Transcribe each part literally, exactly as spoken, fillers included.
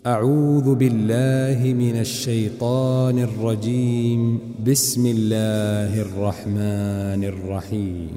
أعوذ بالله من الشيطان الرجيم. بسم الله الرحمن الرحيم.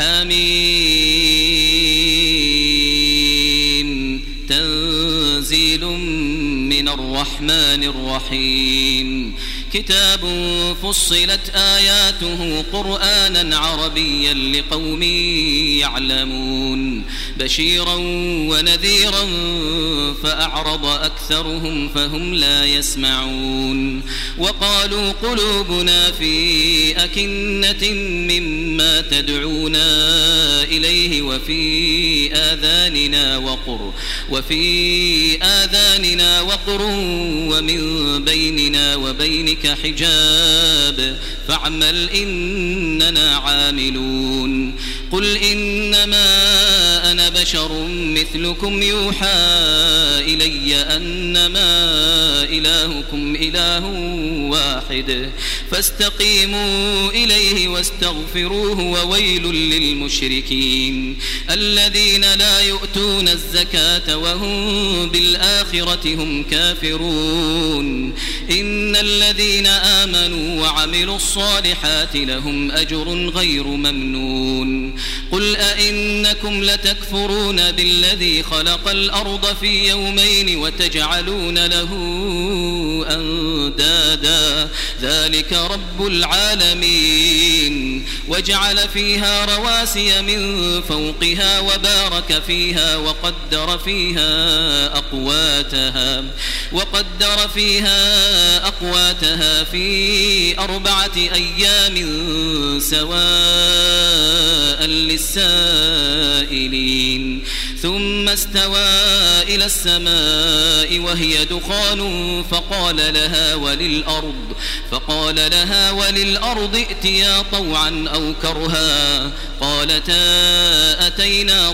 حميم تنزيل من الرحمن الرحيم. كتاب فصلت آياته قرآنا عربيا لقوم يعلمون بشيرا ونذيرا فأعرض أكثرهم فهم لا يسمعون. وقالوا قلوبنا في أكنة مما تدعونا إليه وفي آذاننا وقر وفي آذاننا وقر ومن بيننا وبينك حجاب فاعمل إننا عاملون. قل إنما أنا بشر مثلكم يوحى إلي أنما إلهكم إله واحد فاستقيموا إليه واستغفروه وويل للمشركين الذين لا يؤتون الزكاة وهم بالآخرة هم كافرون. إن الذين آمنوا وعملوا الصالحات لهم أجر غير ممنون. قل أئنكم لتكفرون بالذي خلق الأرض في يومين وتجعلون له أندادا ذلك رب العالمين. وجعل فيها رواسي من فوقها وبارك فيها وقدر فيها أقواتها وقدر فيها أقواتها في أربعة أيام سواء للسائلين. ثم استوى إلى السماء وهي دخان فقال لها وللأرض فقال لها وللأرض ائتيا طوعا أو كرها قالتا أتينا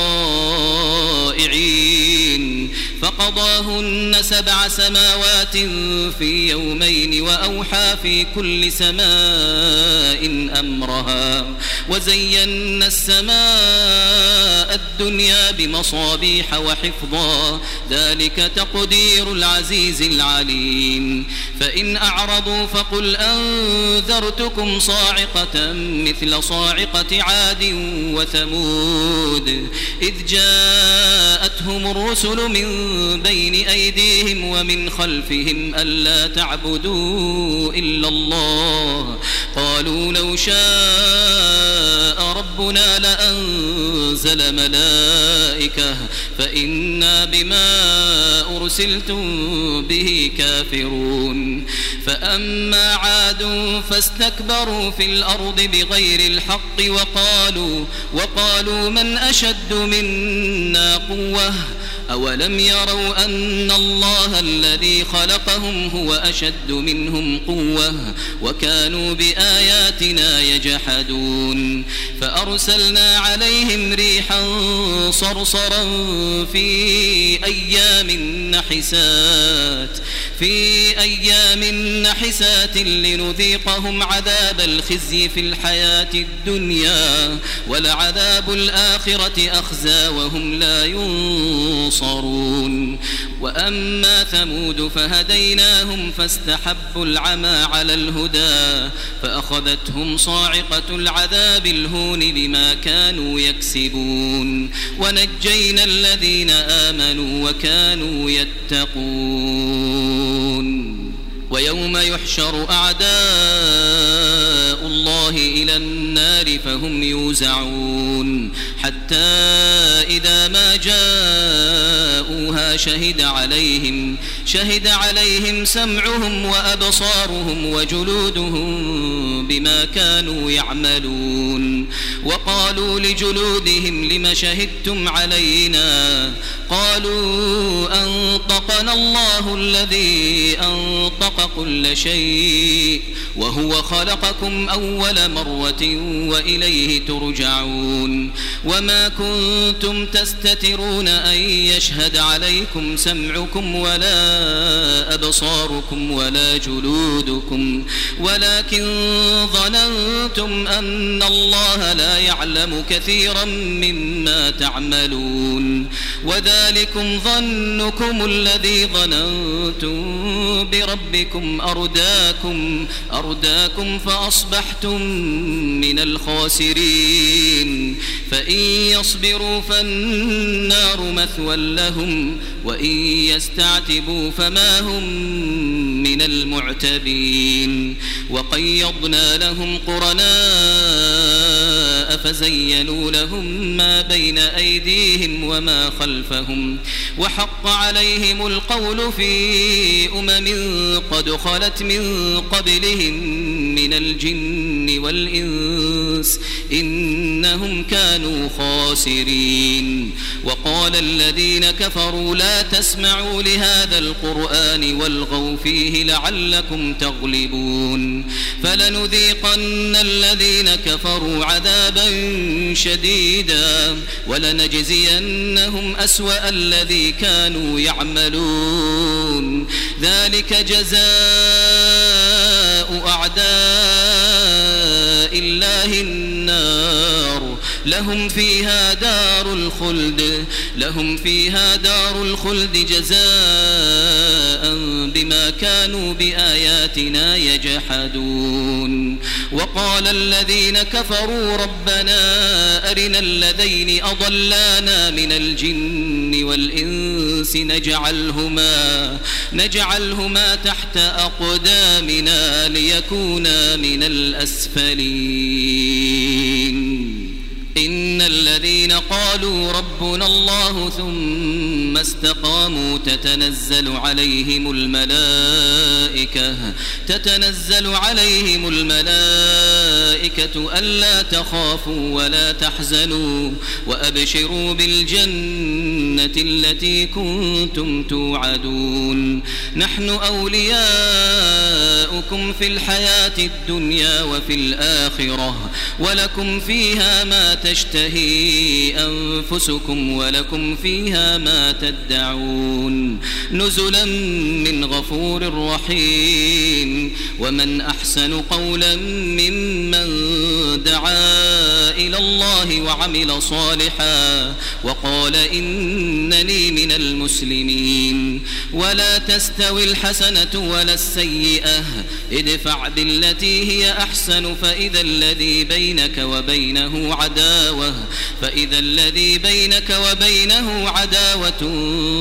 طائعين. فقضاهن سبع سماوات في يومين وأوحى في كل سماء أمرها وزينا السماء الدنيا بمصابيح وحفظا ذلك تقدير العزيز العليم. فإن أعرضوا فقل أنذرتكم صاعقة مثل صاعقة عاد وثمود إذ جاءتهم الرسل من بين أيديهم ومن خلفهم ألا تعبدوا إلا الله قالوا لو شاء ربنا لأنزل ملائكة فإنا بما أرسلتم به كافرون. فأما عاد فاستكبروا في الأرض بغير الحق وقالوا وقالوا من أشد منا قوة أولم يروا أن الله الذي خلقهم هو أشد منهم قوة وكانوا بآياتنا يجحدون. فأرسلنا عليهم ريحا صرصرا في أيام نحسات في أيام نحسات لنذيقهم عذاب الخزي في الحياة الدنيا ولعذاب الآخرة أخزى وهم لا ينصرون. وأما ثمود فهديناهم فاستحبوا العمى على الهدى فأخذتهم صاعقة العذاب الهون بما كانوا يكسبون. ونجينا الذين آمنوا وكانوا يتقون. ويوم يحشر أعداء الله إلى النار فهم يوزعون حتى إذا ما جاءوها شهد عليهم شهد عليهم سمعهم وأبصارهم وجلودهم بما كانوا يعملون. وقالوا لجلودهم لم شهدتم علينا قالوا أنطقنا الله الذي أنطق كل شيء وهو خلقكم أول مرة وإليه ترجعون. وما كنتم تستترون أن يشهد عليكم سمعكم ولا أبصاركم ولا جلودكم ولكن ظننتم أن الله لا يعلم كثيرا مما تعملون. وذلكم ظنكم الذي ظننتم بربكم أرداكم أرداكم فأصبحتم من الخاسرين فإن يصبروا فالنار مثوى لهم وإن يستعتبوا فما هم من المعتبين وقيضنا لهم قرناء فزينوا لهم ما بين أيديهم وما خلفهم وحق عليهم القول في أمم قد خلت من قبلهم من الجن والإنس إنهم كانوا خاسرين وقال الذين كفروا لا تسمعوا لهذا القرآن والغوا فيه لعلكم تغلبون فلنذيقن الذين كفروا عذابا شديدا ولنجزينهم أسوأ الذي كانوا يعملون ذلك جزاء أعداء الله النار لهم فيها دار الخلد لهم فيها دار الخلد جزاء بما كانوا بآياتنا يجحدون وقال الذين كفروا ربنا أرنا الذين أضلانا من الجن والإنس نجعلهما نجعلهما تحت أقدامنا ليكونا من الأسفلين إن الذين قالوا ربنا الله ثم استقاموا تتنزل عليهم الملائكة تتنزل عليهم الملائكة ألا تخافوا ولا تحزنوا وأبشروا بالجنة التي كنتم توعدون نحن أولياؤكم في الحياة الدنيا وفي الآخرة ولكم فيها ما تشتهي أنفسكم ولكم فيها ما تدعون نزلا من غفور رحيم ومن أحسن قولا ممن دعا إلى الله وعمل صالحا وقال إنني من المسلمين ولا تستوي الحسنة ولا السيئة ادفع بالتي هي أحسن فإذا الذي بينك وبينه عداوة فإذا الذي بينك وبينه عداوة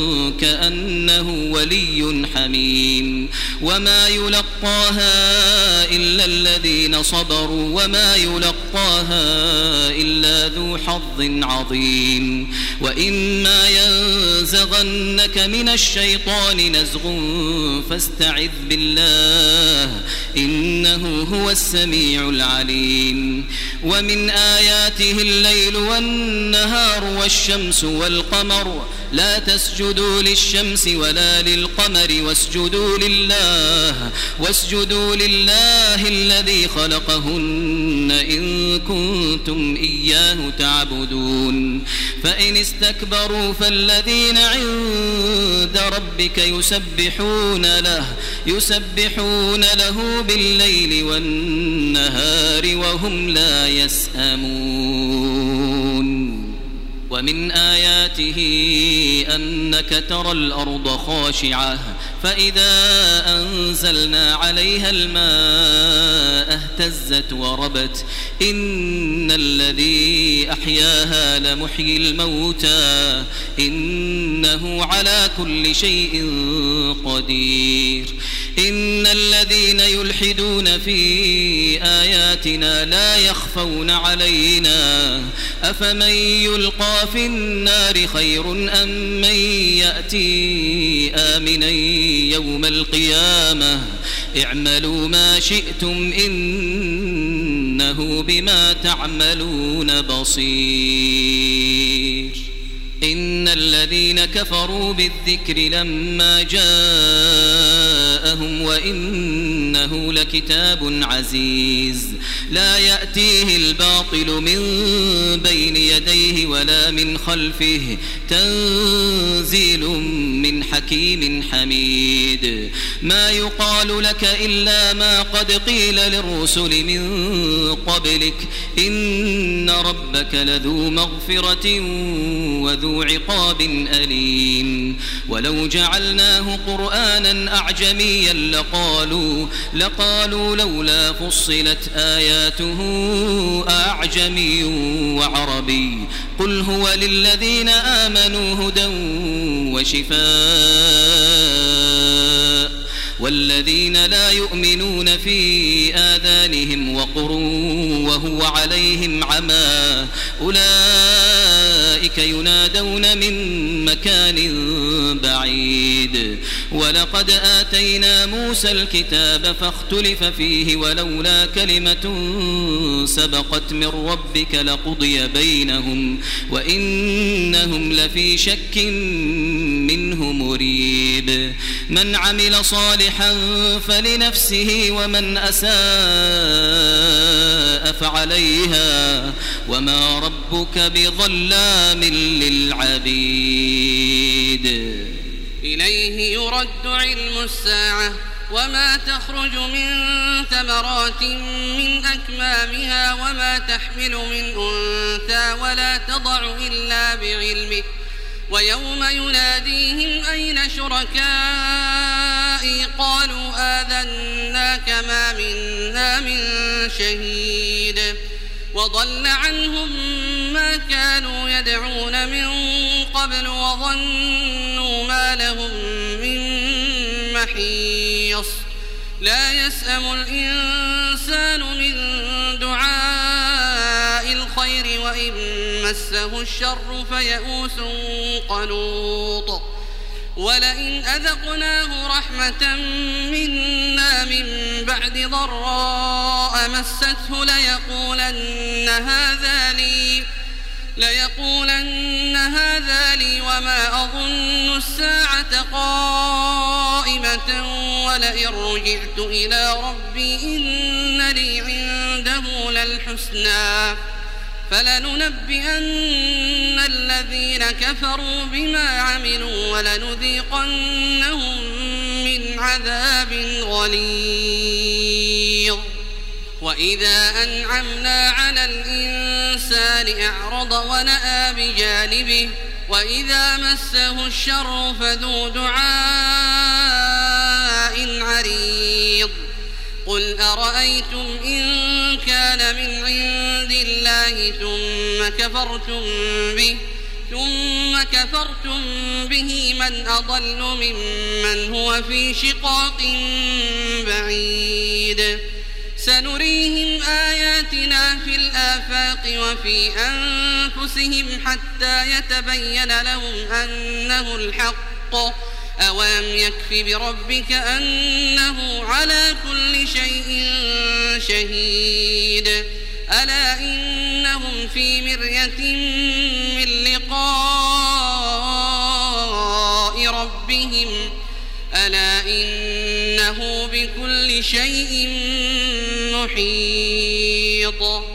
كأنه ولي حميم وما يلقاها إلا الذين صبروا وما يلقاها إلا ذو حظ عظيم وإما ينزغنك من الشيطان نزغ فاستعذ بالله إنه هو السميع العليم ومن آياته الليل والنهار والشمس والقمر لا تسجدوا للشمس ولا للقمر واسجدوا لله واسجدوا لله الذي خلقهن إن كنتم إياه تعبدون فإن استكبروا فالذين عند ربك يسبحون له يسبحون له بالليل والنهار وهم لا يسأمون ومن آياته أنك ترى الأرض خاشعة فإذا أنزلنا عليها الماء اهتزت وربت إن الذي أحياها لمحيي الموتى إنه على كل شيء قدير إن الذين يلحدون في آياتنا لا يخفون علينا أفمن يلقى في النار خير أم من يأتي آمنا يوم القيامة اعملوا ما شئتم إنه بما تعملون بصير إن الذين كفروا بالذكر لما جاء جاءهم وإنه لكتاب عزيز لا يأتيه الباطل من بين يديه ولا من خلفه تنزيل من حكيم حميد ما يقال لك إلا ما قد قيل للرسل من قبلك إن ربك لذو مغفرة وذو عقاب أليم ولو جعلناه قرآنا أعجميا لقالوا, لقالوا لولا فصلت آياته أعجمي وعربي قل هو للذين آمنوا هدى وشفاء والذين لا يؤمنون في آذانهم وقر وهو عليهم عمى أولئك ينادون من مكان بعيد ولقد آتينا موسى الكتاب فاختلف فيه ولولا كلمة سبقت من ربك لقضي بينهم وإنهم لفي شك منه مريب من عمل صالحا فلنفسه ومن أساء فعليها وما ربك بظلام للعبيد إليه يرد علم الساعة وما تخرج من ثمرات من أكمامها وما تحمل من أنثى ولا تضع إلا بعلمه ويوم يناديهم أين شركائي قالوا آذناك ما منا من شهيد وضل عنهم ما كانوا يدعون من قبل وظنوا ما لهم من محيص لا يسأم الإنسان من دعاء الخير وإن مسه الشر فيئوس قنوط ولئن أذقناه رحمة منا من بعد ضراء مسته ليقولن هذا لي ليقولن هذا لي وما أظن الساعة قائمة ولئن رجعت إلى ربي إن لي عنده للحسنى فلننبئن الذين كفروا بما عملوا ولنذيقنهم من عذاب غليظ وإذا أنعمنا على الإنسان أعرض ونأى بجانبه وإذا مسه الشر فذو دعاء عريض قل أرأيتم إن كان من عند الله ثم كفرتم به ثم كفرتم به من أضل ممن هو في شقاق بعيد سنريهم آياتنا في الآفاق وفي أنفسهم حتى يتبين لهم أنه الحق أولم يكف بربك أنه على كل شيء شهيد ألا إنهم في مرية من لقاء ربهم ألا إنه بكل شيء محيط